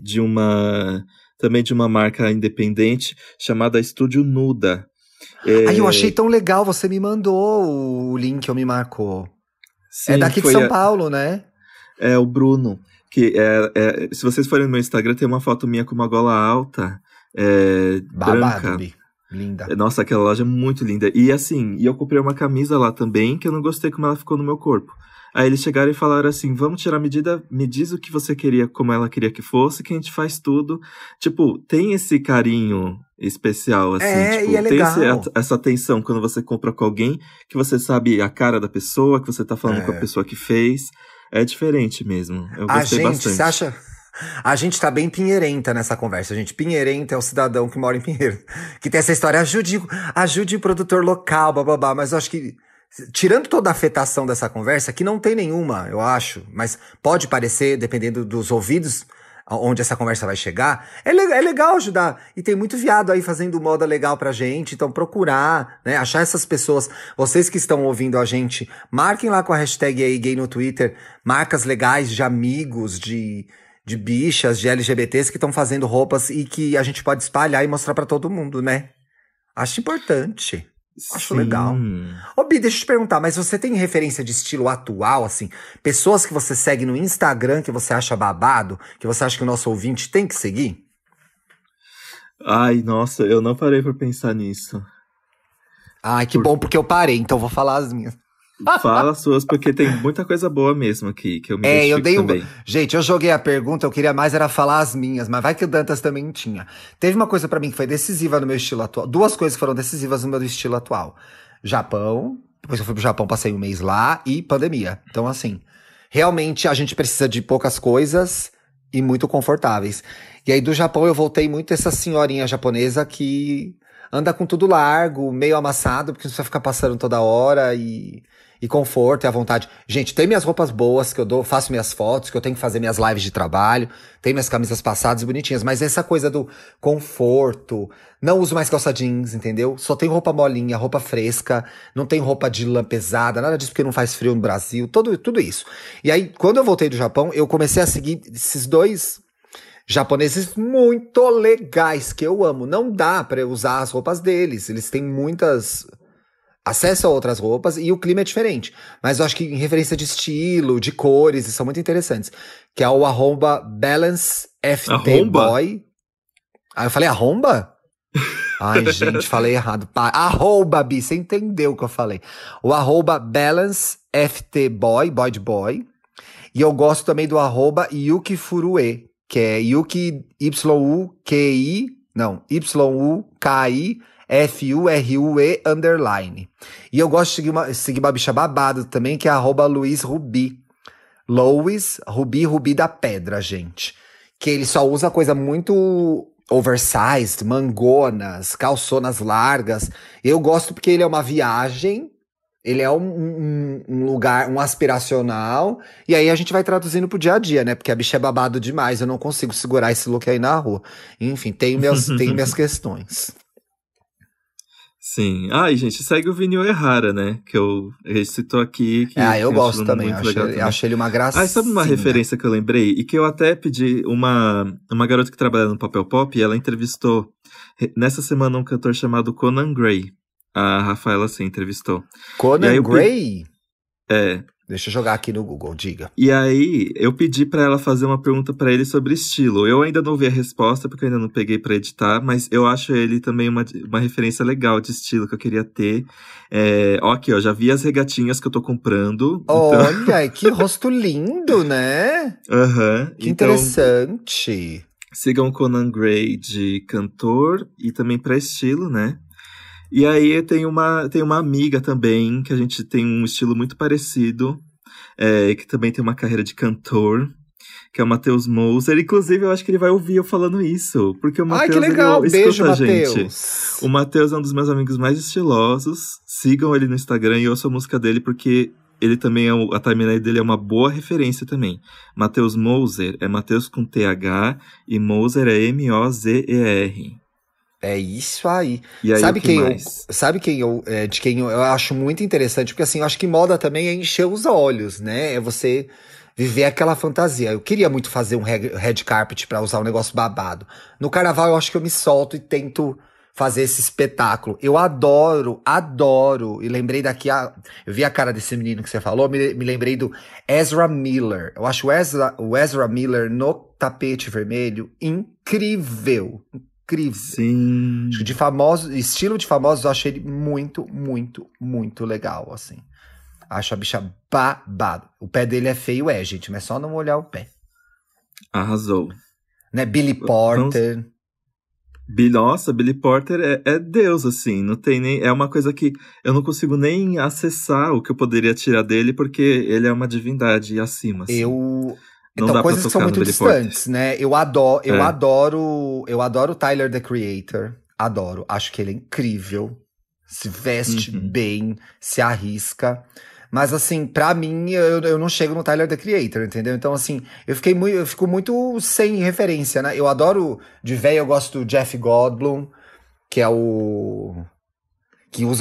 também de uma marca independente chamada Estúdio Nuda. Eu achei tão legal, você me mandou o link, ou me marcou. Sim, É daqui de São Paulo, né? É o Bruno, que se vocês forem no meu Instagram, tem uma foto minha com uma gola alta, Babado, branca. Bi. Linda. Nossa, aquela loja é muito linda. E assim, eu comprei uma camisa lá também, que eu não gostei como ela ficou no meu corpo. Aí eles chegaram e falaram assim, vamos tirar a medida, me diz o que você queria, como ela queria que fosse, que a gente faz tudo. Tipo, tem esse carinho especial, assim. Tipo, E é legal. Tem essa atenção quando você compra com alguém, que você sabe a cara da pessoa, que você tá falando com a pessoa que fez. É diferente mesmo. Eu gostei bastante. Você acha... A gente tá bem pinheirenta nessa conversa, gente. Pinheirenta é o cidadão que mora em Pinheiro. Que tem essa história, ajude o produtor local, bababá. Mas eu acho que, tirando toda a afetação dessa conversa, que não tem nenhuma, eu acho, mas pode parecer, dependendo dos ouvidos, onde essa conversa vai chegar, é legal ajudar. E tem muito viado aí fazendo moda legal pra gente, então procurar, né, achar essas pessoas. Vocês que estão ouvindo a gente, marquem lá com a hashtag aí gay no Twitter, marcas legais de amigos, de bichas, de LGBTs que estão fazendo roupas e que a gente pode espalhar e mostrar pra todo mundo, né? Acho importante. Acho legal. Ô, Bi, deixa eu te perguntar, mas você tem referência de estilo atual, assim? Pessoas que você segue no Instagram, que você acha babado, que você acha que o nosso ouvinte tem que seguir? Ai, nossa, eu não parei pra pensar nisso. Ai, que bom, porque eu parei, então vou falar as minhas. Fala as suas, porque tem muita coisa boa mesmo aqui, que eu me identifico também. Gente, eu joguei a pergunta, eu queria mais era falar as minhas, mas vai que o Dantas também tinha. Teve uma coisa pra mim que foi decisiva no meu estilo atual. Duas coisas que foram decisivas no meu estilo atual. Japão, depois eu fui pro Japão, passei um mês lá, e pandemia. Então, assim, realmente a gente precisa de poucas coisas e muito confortáveis. E aí do Japão eu voltei muito essa senhorinha japonesa que anda com tudo largo, meio amassado, porque você vai ficar passando toda hora e conforto e à vontade. Gente, tem minhas roupas boas que eu dou, faço minhas fotos, que eu tenho que fazer minhas lives de trabalho, tem minhas camisas passadas bonitinhas, mas essa coisa do conforto, não uso mais calça jeans, entendeu? Só tenho roupa molinha, roupa fresca, não tenho roupa de lã pesada, nada disso porque não faz frio no Brasil, tudo isso. E aí, quando eu voltei do Japão, eu comecei a seguir esses dois japoneses muito legais, que eu amo. Não dá pra eu usar as roupas deles, eles têm muitas... acesso a outras roupas e o clima é diferente. Mas eu acho que em referência de estilo, de cores, são muito interessantes. Que é o @balanceftboy. Eu falei arromba? Ai, gente, falei errado. Arroba, Bi, você entendeu o que eu falei. O @balanceftboy, boy de boy. E eu gosto também do @yukifurue, que é Yuki, Y-U-K-I, não, Y-U-K-I, FURUE _. E eu gosto de seguir uma bicha babada também, que é @LuizRubi. Louis Rubi, Rubi da Pedra, gente. Que ele só usa coisa muito oversized, mangonas, calçonas largas. Eu gosto porque ele é uma viagem, ele é um lugar, um aspiracional. E aí a gente vai traduzindo pro dia a dia, né? Porque a bicha é babado demais, eu não consigo segurar esse look aí na rua. Enfim, tenho minhas questões. Sim. E gente, segue o Vini Uehara, né? Que ele citou aqui. Que eu gosto também. Achei ele uma graça. Sabe uma referência que eu lembrei? E que eu até pedi uma garota que trabalha no Papel Pop, e ela entrevistou nessa semana um cantor chamado Conan Gray. A Rafaela, sim, entrevistou. Conan Gray? Deixa eu jogar aqui no Google, diga. E aí, eu pedi pra ela fazer uma pergunta pra ele sobre estilo. Eu ainda não vi a resposta, porque eu ainda não peguei pra editar, mas eu acho ele também uma referência legal de estilo que eu queria ter. Ó, aqui, ó, já vi as regatinhas que eu tô comprando. Olha, que rosto lindo, né? Aham. Que interessante. Sigam Conan Gray de cantor e também pra estilo, né? E aí tem uma amiga também, que a gente tem um estilo muito parecido, que também tem uma carreira de cantor, que é o Matheus Moser. Inclusive, eu acho que ele vai ouvir eu falando isso, porque o Matheus, que legal, ele beijo, escuta a gente. Matheus. O Matheus é um dos meus amigos mais estilosos. Sigam ele no Instagram e ouçam a música dele, porque ele também a timeline dele é uma boa referência também. Matheus Moser é Matheus com TH e Moser é M-O-Z-E-R. É isso aí. E aí, sabe o que quem mais? sabe quem de quem eu acho muito interessante, porque assim, eu acho que moda também é encher os olhos, né? É você viver aquela fantasia. Eu queria muito fazer um red carpet pra usar um negócio babado. No carnaval eu acho que eu me solto e tento fazer esse espetáculo. Eu adoro. E lembrei eu vi a cara desse menino que você falou, me lembrei do Ezra Miller. Eu acho o Ezra Miller no tapete vermelho incrível. Incrível. Sim. Acho que estilo de famosos, eu acho ele muito, muito, muito legal, assim. Acho a bicha babado. O pé dele é feio, gente, mas é só não olhar o pé. Arrasou. Né, Billy Porter. Nossa, Billy Porter é Deus, assim. Não tem nem. É uma coisa que eu não consigo nem acessar o que eu poderia tirar dele, porque ele é uma divindade acima, assim. Então, coisas que são muito distantes, né? Eu adoro o Tyler, the Creator. Adoro. Acho que ele é incrível. Se veste bem, se arrisca. Mas, assim, pra mim, eu não chego no Tyler, the Creator, entendeu? Então, assim, eu fico muito sem referência, né? Eu adoro, de velho, eu gosto do Jeff Goldblum, que é que usa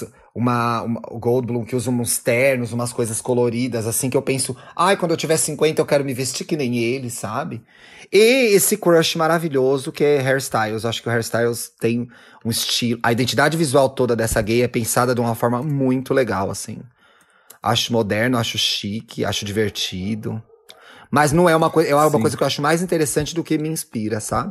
o Goldblum, que usa uns ternos, umas coisas coloridas, assim, que eu penso, quando eu tiver 50 eu quero me vestir que nem ele, sabe? E esse crush maravilhoso que é Hairstyles. Acho que o Hairstyles tem um estilo, a identidade visual toda dessa gay é pensada de uma forma muito legal, assim. Acho moderno, acho chique, acho divertido. Mas não é uma coisa, uma coisa que eu acho mais interessante do que me inspira, sabe?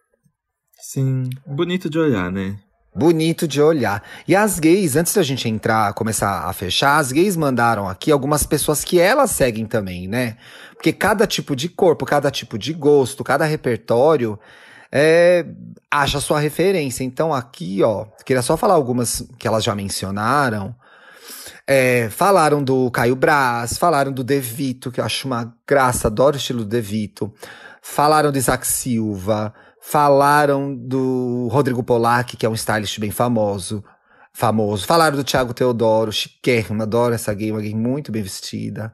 Sim, bonito de olhar, né? Bonito de olhar. E as gays, antes da gente começar a fechar, as gays mandaram aqui algumas pessoas que elas seguem também, né? Porque cada tipo de corpo, cada tipo de gosto, cada repertório acha sua referência. Então aqui, ó, queria só falar algumas que elas já mencionaram. Falaram do Caio Braz, falaram do De Vito, que eu acho uma graça, adoro o estilo do De Vito. Falaram do Isaac Silva. Falaram do Rodrigo Polak, que é um stylist bem famoso. Falaram do Thiago Teodoro, chiquérrimo, adoro essa gay, uma gay muito bem vestida.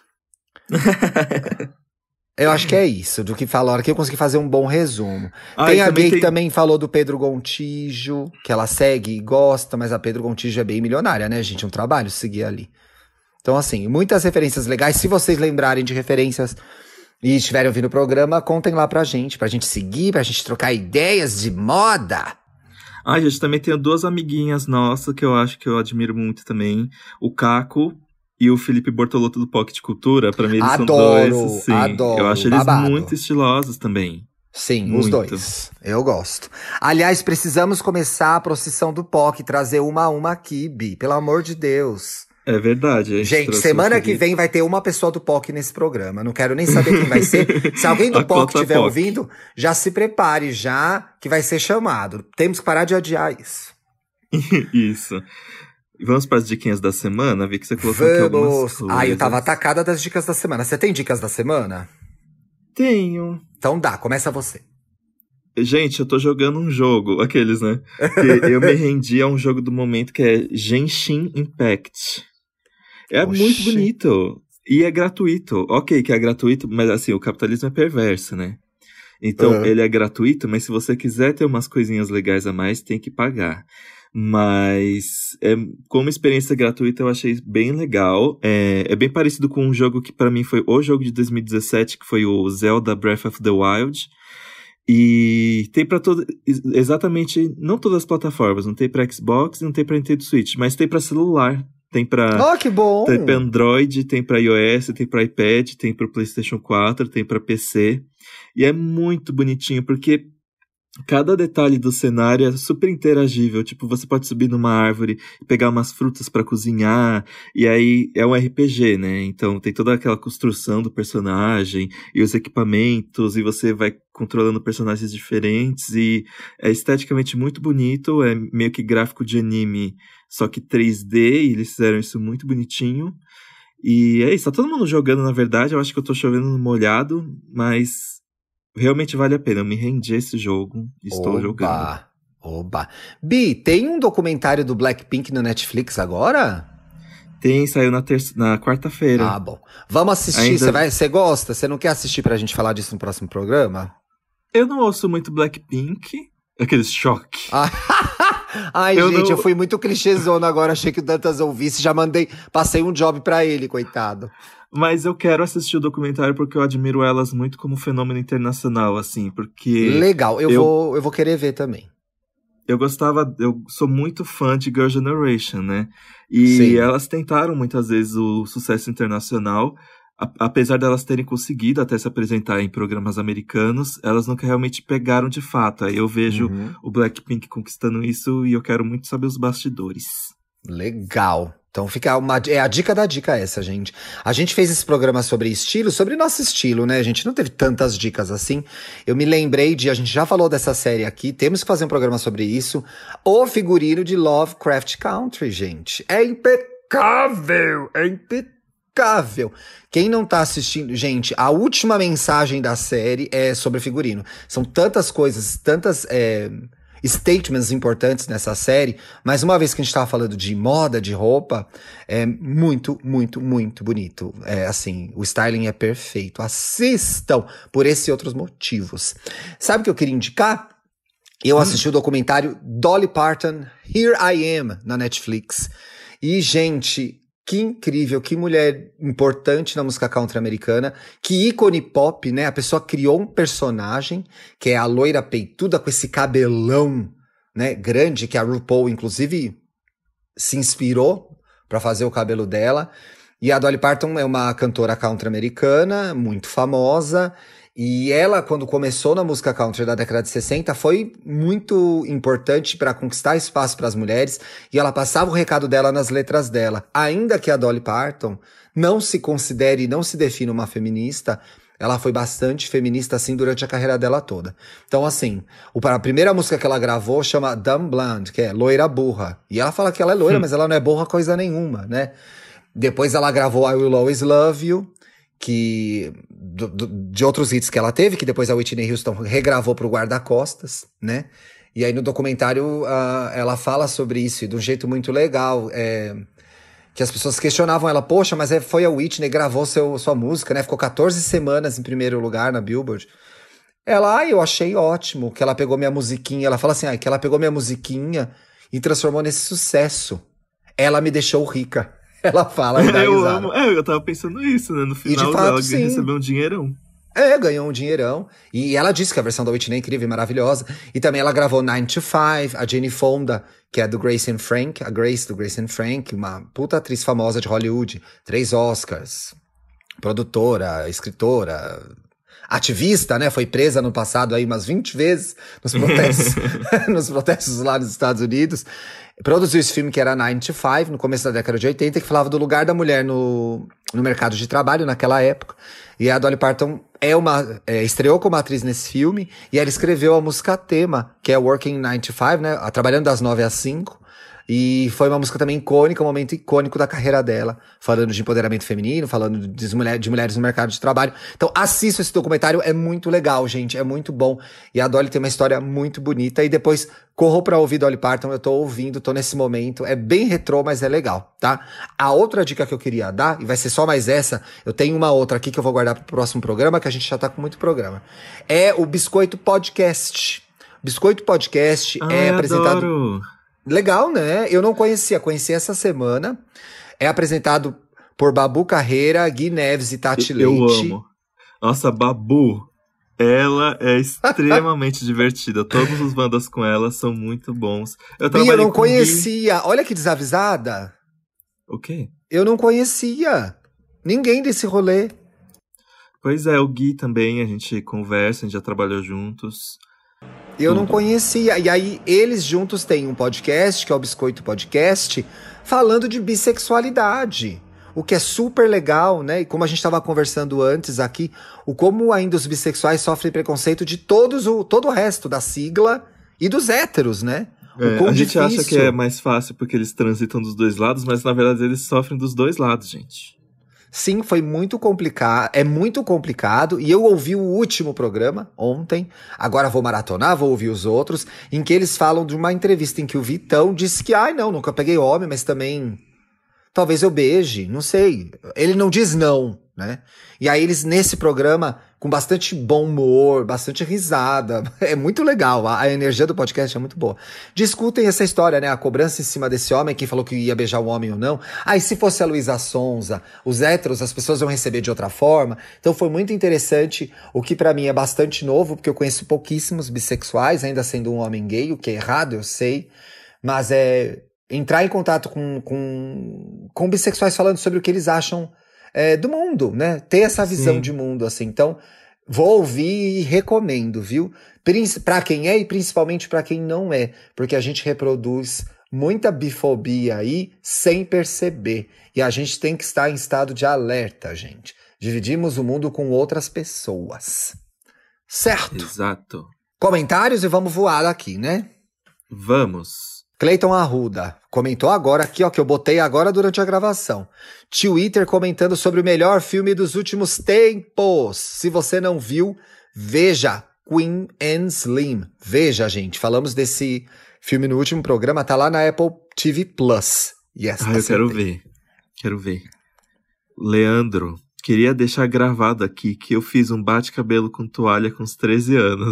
Eu acho que é isso, do que falaram aqui eu consegui fazer um bom resumo. Tem a gay que também falou do Pedro Gontijo, que ela segue e gosta, mas a Pedro Gontijo é bem milionária, né, gente? É um trabalho seguir ali. Então, assim, muitas referências legais. Se vocês lembrarem de referências e estiverem ouvindo o programa, contem lá pra gente seguir, pra gente trocar ideias de moda. Gente, também tenho duas amiguinhas nossas que eu acho que eu admiro muito também. O Caco e o Felipe Bortolotto do Pocket Cultura. Pra mim, eles são dois, assim. Adoro, eu acho eles babado. muito estilosos também. Sim, muito. Os dois. Eu gosto. Aliás, precisamos começar a procissão do POC, trazer uma a uma aqui, Bi. Pelo amor de Deus. É verdade. Gente, semana que vem vai ter uma pessoa do POC nesse programa. Não quero nem saber quem vai ser. Se alguém do POC estiver ouvindo, já se prepare já que vai ser chamado. Temos que parar de adiar isso. Isso. Vamos para as diquinhas da semana? Vi que você colocou aqui algumas coisas. Eu tava atacada das dicas da semana. Você tem dicas da semana? Tenho. Então começa você. Gente, eu tô jogando um jogo, aqueles, né? Que eu me rendi a um jogo do momento que é Genshin Impact. É muito bonito. E é gratuito. Ok, que é gratuito, mas assim, o capitalismo é perverso, né? Então, ele é gratuito, mas se você quiser ter umas coisinhas legais a mais, tem que pagar. Mas, como experiência gratuita, eu achei bem legal. É bem parecido com um jogo que pra mim foi o jogo de 2017, que foi o Zelda Breath of the Wild. E tem pra exatamente, não todas as plataformas. Não tem pra Xbox, não tem pra Nintendo Switch, mas tem pra celular. Que bom! Tem pra Android, tem pra iOS, tem pra iPad, tem pro PlayStation 4, tem pra PC. E é muito bonitinho, porque cada detalhe do cenário é super interagível. Tipo, você pode subir numa árvore e pegar umas frutas pra cozinhar. E aí é um RPG, né? Então tem toda aquela construção do personagem e os equipamentos. E você vai controlando personagens diferentes. E é esteticamente muito bonito. É meio que gráfico de anime, só que 3D. E eles fizeram isso muito bonitinho. E é isso, tá todo mundo jogando, na verdade. Eu acho que eu tô chovendo no molhado, mas realmente vale a pena. Eu me rendi a esse jogo e estou jogando. Oba. Bi, tem um documentário do Blackpink no Netflix agora? Tem, saiu na quarta-feira. Ah, bom. Vamos assistir, você gosta? Você não quer assistir pra gente falar disso no próximo programa? Eu não ouço muito Blackpink, aqueles choque. Ai, gente, eu fui muito clichêzona agora, achei que o Dantas ouvisse, passei um job pra ele, coitado. Mas eu quero assistir o documentário porque eu admiro elas muito como fenômeno internacional, assim, porque... Legal, eu vou querer ver também. Eu sou muito fã de Girl Generation, né? E Sim. Elas tentaram muitas vezes o sucesso internacional, apesar delas terem conseguido até se apresentar em programas americanos, elas nunca realmente pegaram de fato. Aí eu vejo o Blackpink conquistando isso e eu quero muito saber os bastidores. Legal. Então fica é a dica da dica essa, gente. A gente fez esse programa sobre estilo, sobre nosso estilo, né? A gente não teve tantas dicas assim. Eu me lembrei a gente já falou dessa série aqui, temos que fazer um programa sobre isso. O figurino de Lovecraft Country, gente. É impecável! Quem não tá assistindo, gente, a última mensagem da série é sobre figurino. São tantas coisas, tantas statements importantes nessa série, mas uma vez que a gente tava falando de moda, de roupa, é muito, muito, muito bonito. É assim, o styling é perfeito. Assistam por esses e outros motivos. Sabe o que eu queria indicar? Eu assisti o documentário Dolly Parton, Here I Am, na Netflix. E, gente, que incrível, que mulher importante na música country americana, que ícone pop, né? A pessoa criou um personagem, que é a loira peituda com esse cabelão, né, grande, que a RuPaul, inclusive, se inspirou para fazer o cabelo dela. E a Dolly Parton é uma cantora country americana, muito famosa, e ela, quando começou na música country da década de 60, foi muito importante para conquistar espaço para as mulheres, e ela passava o recado dela nas letras dela. Ainda que a Dolly Parton não se considere, não se defina uma feminista, ela foi bastante feminista, assim, durante a carreira dela toda. Então, assim, a primeira música que ela gravou chama Dumb Blonde, que é Loira Burra. E ela fala que ela é loira, mas ela não é burra coisa nenhuma, né? Depois ela gravou I Will Always Love You, que de outros hits que ela teve, que depois a Whitney Houston regravou pro guarda-costas, né? E aí no documentário ela fala sobre isso, e de um jeito muito legal, que as pessoas questionavam ela, poxa, mas foi a Whitney, gravou sua música, né? Ficou 14 semanas em primeiro lugar na Billboard. Ela, eu achei ótimo que ela pegou minha musiquinha, ela fala assim, que ela pegou minha musiquinha e transformou nesse sucesso. Ela me deixou rica. Ela fala e dá risada. Eu tava pensando isso, né? No final fato, ela recebeu um dinheirão. Ganhou um dinheirão. E ela disse que a versão da Whitney é incrível e maravilhosa. E também ela gravou 9 to 5, a Jane Fonda, que é do Grace and Frank, a Grace do Grace and Frank, uma puta atriz famosa de Hollywood. 3 Oscars. Produtora, escritora, ativista, né? Foi presa no passado aí umas 20 vezes nos protestos, nos protestos lá nos Estados Unidos. Produziu esse filme que era 9 to 5, no começo da década de 80, que falava do lugar da mulher no mercado de trabalho naquela época. E a Dolly Parton estreou como atriz nesse filme, e ela escreveu a música tema, que é Working 9 to 5, né? Trabalhando das 9 às 5. E foi uma música também icônica, um momento icônico da carreira dela, falando de empoderamento feminino, falando de mulheres no mercado de trabalho. Então assista esse documentário, é muito legal, gente, é muito bom. E a Dolly tem uma história muito bonita. E depois corro pra ouvir Dolly Parton, eu tô ouvindo, tô nesse momento. É bem retrô, mas é legal, tá? A outra dica que eu queria dar, e vai ser só mais essa, eu tenho uma outra aqui que eu vou guardar pro próximo programa, que a gente já tá com muito programa. É o Biscoito Podcast. Biscoito Podcast é apresentado... Adoro. Legal, né? Eu não conheci essa semana. É apresentado por Babu Carreira, Gui Neves e Tati Leite. Eu amo. Nossa, Babu, ela é extremamente divertida. Todos os bandas com ela são muito bons. Eu não conhecia. Olha que desavisada. O quê? Eu não conhecia ninguém desse rolê. Pois é, o Gui também, a gente conversa, a gente já trabalhou juntos. Eu não conhecia. E aí, eles juntos têm um podcast, que é o Biscoito Podcast, falando de bissexualidade. O que é super legal, né? E como a gente estava conversando antes aqui, o como ainda os bissexuais sofrem preconceito de todo o resto da sigla e dos héteros, né? A gente acha que é mais fácil porque eles transitam dos dois lados, mas na verdade eles sofrem dos dois lados, gente. Sim, foi muito complicado, é muito complicado, e eu ouvi o último programa ontem, agora vou maratonar, vou ouvir os outros, em que eles falam de uma entrevista em que o Vitão disse que, não, nunca peguei homem, mas também talvez eu beije, não sei. Ele não diz não, né? E aí eles, nesse programa, com bastante bom humor, bastante risada, é muito legal, a energia do podcast é muito boa. Discutem essa história, né? A cobrança em cima desse homem, quem falou que ia beijar o homem ou não. E se fosse a Luísa Sonza, os héteros, as pessoas vão receber de outra forma. Então foi muito interessante, o que pra mim é bastante novo, porque eu conheço pouquíssimos bissexuais, ainda sendo um homem gay, o que é errado, eu sei. Mas entrar em contato com bissexuais falando sobre o que eles acham do mundo, né? Ter essa visão Sim. de mundo, assim. Então, vou ouvir e recomendo, viu? Pra quem é e principalmente pra quem não é. Porque a gente reproduz muita bifobia aí sem perceber. E a gente tem que estar em estado de alerta, gente. Dividimos o mundo com outras pessoas. Certo? Exato. Comentários e vamos voar aqui, né? Vamos. Cleiton Arruda comentou agora aqui, ó, que eu botei agora durante a gravação. Twitter comentando sobre o melhor filme dos últimos tempos. Se você não viu, veja Queen and Slim. Veja, gente. Falamos desse filme no último programa, tá lá na Apple TV Plus. Yes, eu quero ver. Quero ver. Leandro, queria deixar gravado aqui que eu fiz um bate-cabelo com toalha com uns 13 anos.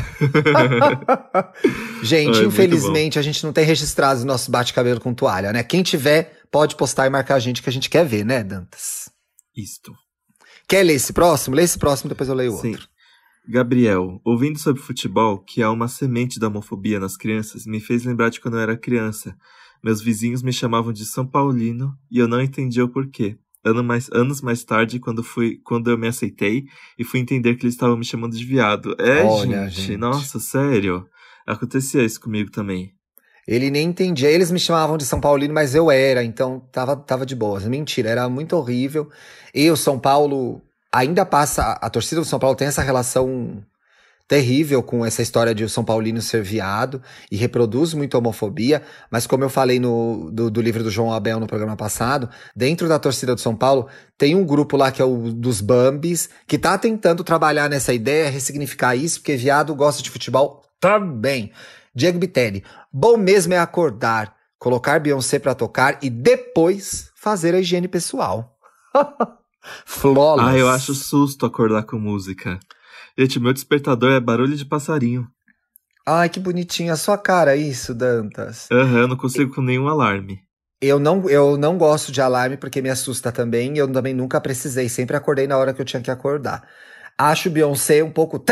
Gente, infelizmente a gente não tem registrado o nosso bate-cabelo com toalha, né? Quem tiver, pode postar e marcar a gente que a gente quer ver, né, Dantas? Isto. Quer ler esse próximo? Lê esse próximo, depois eu leio o outro. Gabriel, ouvindo sobre futebol, que há uma semente da homofobia nas crianças, me fez lembrar de quando eu era criança. Meus vizinhos me chamavam de São Paulino e eu não entendia o porquê. Anos mais tarde, quando eu me aceitei e fui entender que eles estavam me chamando de viado. Olha, gente, nossa, sério. Acontecia isso comigo também. Ele nem entendia. Eles me chamavam de São Paulino, mas eu era, então tava de boa. Mentira, era muito horrível. E o São Paulo ainda passa... A torcida do São Paulo tem essa relação terrível com essa história de o São Paulino ser viado e reproduz muito homofobia, mas como eu falei do livro do João Abel no programa passado, dentro da torcida do São Paulo tem um grupo lá que é o dos Bambis, que tá tentando trabalhar nessa ideia, ressignificar isso, porque viado gosta de futebol também. Diego Bitelli, bom mesmo é acordar, colocar Beyoncé pra tocar e depois fazer a higiene pessoal. Flawless. Eu acho susto acordar com música. Gente, meu despertador é barulho de passarinho. Ai, que bonitinho a sua cara, isso, Dantas. Eu não consigo com nenhum alarme. Eu não gosto de alarme porque me assusta também. Eu também nunca precisei, sempre acordei na hora que eu tinha que acordar. Acho Beyoncé um pouco...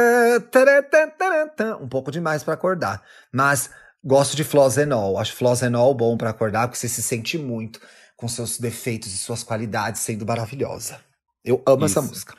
um pouco demais pra acordar. Mas gosto de Flozenol. Acho Flozenol bom pra acordar, porque você se sente muito com seus defeitos e suas qualidades sendo maravilhosa. Eu amo essa música.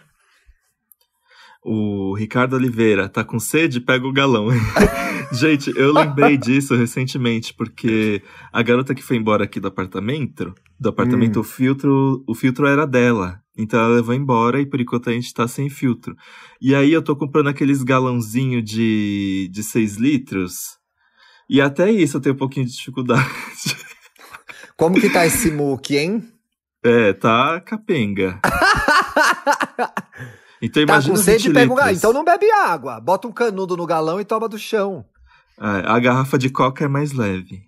O Ricardo Oliveira, tá com sede? Pega o galão. Gente, eu lembrei disso recentemente, porque a garota que foi embora aqui do apartamento, o filtro era dela. Então ela levou embora e por enquanto a gente tá sem filtro. E aí eu tô comprando aqueles galãozinhos de 6 litros. E até isso eu tenho um pouquinho de dificuldade. Como que tá esse muque, hein? Tá capenga. Então imagina, tá com sede, pega um galão. Então não bebe água. Bota um canudo no galão e toma do chão. A garrafa de coca é mais leve.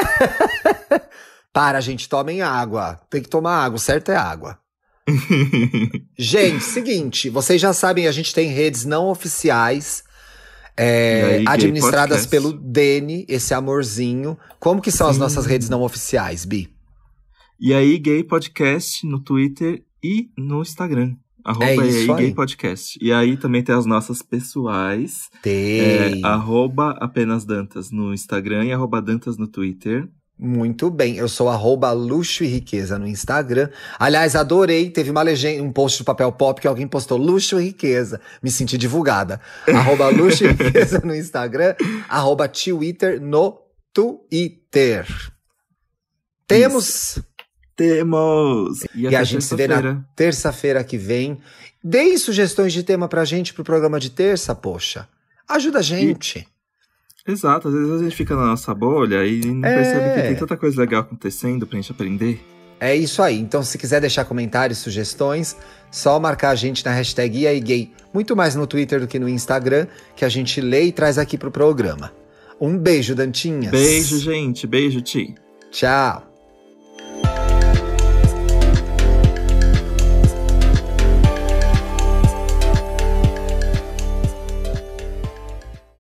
Para, gente, tomem água. Tem que tomar água, o certo é água. Gente, seguinte, vocês já sabem, a gente tem redes não oficiais, administradas pelo Dene, esse amorzinho. Como que são as nossas redes não oficiais, Bi? E aí, Gay Podcast no Twitter e no Instagram. @Gay Podcast. E aí também tem as nossas pessoais. Tem. @apenas Dantas no Instagram e @Dantas no Twitter. Muito bem, eu sou @luxo e riqueza no Instagram. Aliás, adorei, teve uma legenda, um post do Papel Pop que alguém postou luxo e riqueza. Me senti divulgada. @luxo e riqueza no Instagram, @Twitter no Twitter. Temos! Temos! E a gente se vê na terça-feira que vem. Deem sugestões de tema pra gente pro programa de terça, poxa. Ajuda a gente. Exato, às vezes a gente fica na nossa bolha e não percebe que tem tanta coisa legal acontecendo pra gente aprender. É isso aí, então se quiser deixar comentários, sugestões, só marcar a gente na hashtag #IAIGay, muito mais no Twitter do que no Instagram, que a gente lê e traz aqui pro programa. Um beijo, Dantinhas. Beijo, gente. Beijo, Ti. Tchau.